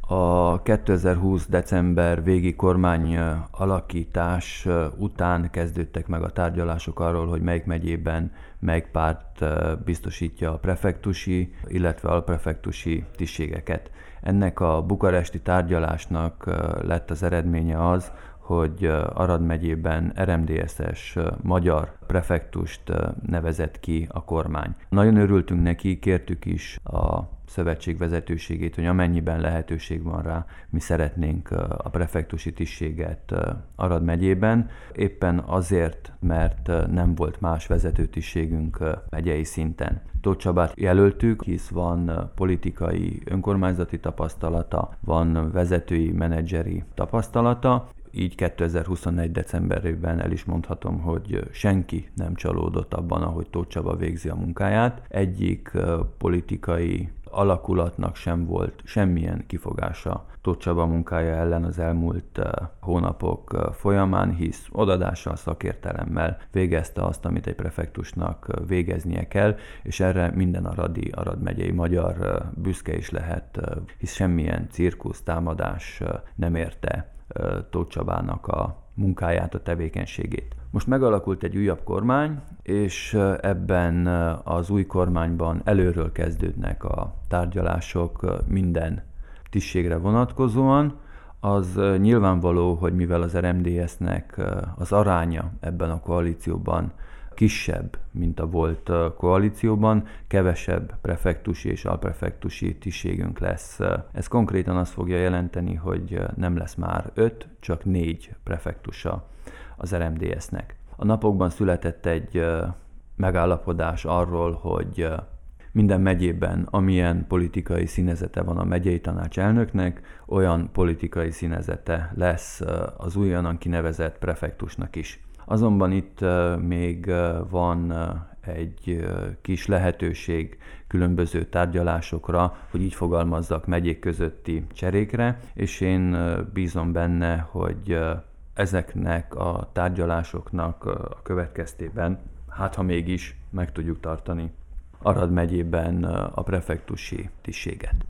A 2020. december végi kormány alakítás után kezdődtek meg a tárgyalások arról, hogy melyik megyében melyik párt biztosítja a prefektusi, illetve alprefektusi tisztségeket. Ennek a bukaresti tárgyalásnak lett az eredménye az, hogy Arad megyében RMDSZ-es magyar prefektust nevezett ki a kormány. Nagyon örültünk neki, kértük is a szövetség vezetőségét, hogy amennyiben lehetőség van rá, mi szeretnénk a prefektusi tisztséget Arad megyében. Éppen azért, mert nem volt más vezetőtisztségünk megyei szinten. Tóth Csabát jelöltük, hisz van politikai önkormányzati tapasztalata, van vezetői, menedzseri tapasztalata. Így 2021. decemberében el is mondhatom, hogy senki nem csalódott abban, ahogy Tóth Csaba végzi a munkáját. Egyik politikai alakulatnak sem volt semmilyen kifogása Tóth Csaba munkája ellen az elmúlt hónapok folyamán, hisz odadással, szakértelemmel végezte azt, amit egy prefektusnak végeznie kell, és erre minden Arad megyei magyar büszke is lehet, hisz semmilyen cirkusz, támadás nem érte Tóth Csabának a munkáját, a tevékenységét. Most megalakult egy újabb kormány, és ebben az új kormányban előről kezdődnek a tárgyalások minden tisztségre vonatkozóan. Az nyilvánvaló, hogy mivel az RMDSZ-nek az aránya ebben a koalícióban kisebb, mint a volt koalícióban, kevesebb prefektusi és alprefektusi tisztségünk lesz. Ez konkrétan azt fogja jelenteni, hogy nem lesz már 5, csak 4 prefektusa az RMDSZ-nek. A napokban született egy megállapodás arról, hogy minden megyében, amilyen politikai színezete van a megyei tanács elnöknek, olyan politikai színezete lesz az újonnan kinevezett prefektusnak is. Azonban itt még van egy kis lehetőség különböző tárgyalásokra, hogy így fogalmazzak, megyék közötti cserékre, és én bízom benne, hogy ezeknek a tárgyalásoknak a következtében, hát ha mégis meg tudjuk tartani Arad megyében a prefektusi tisztséget.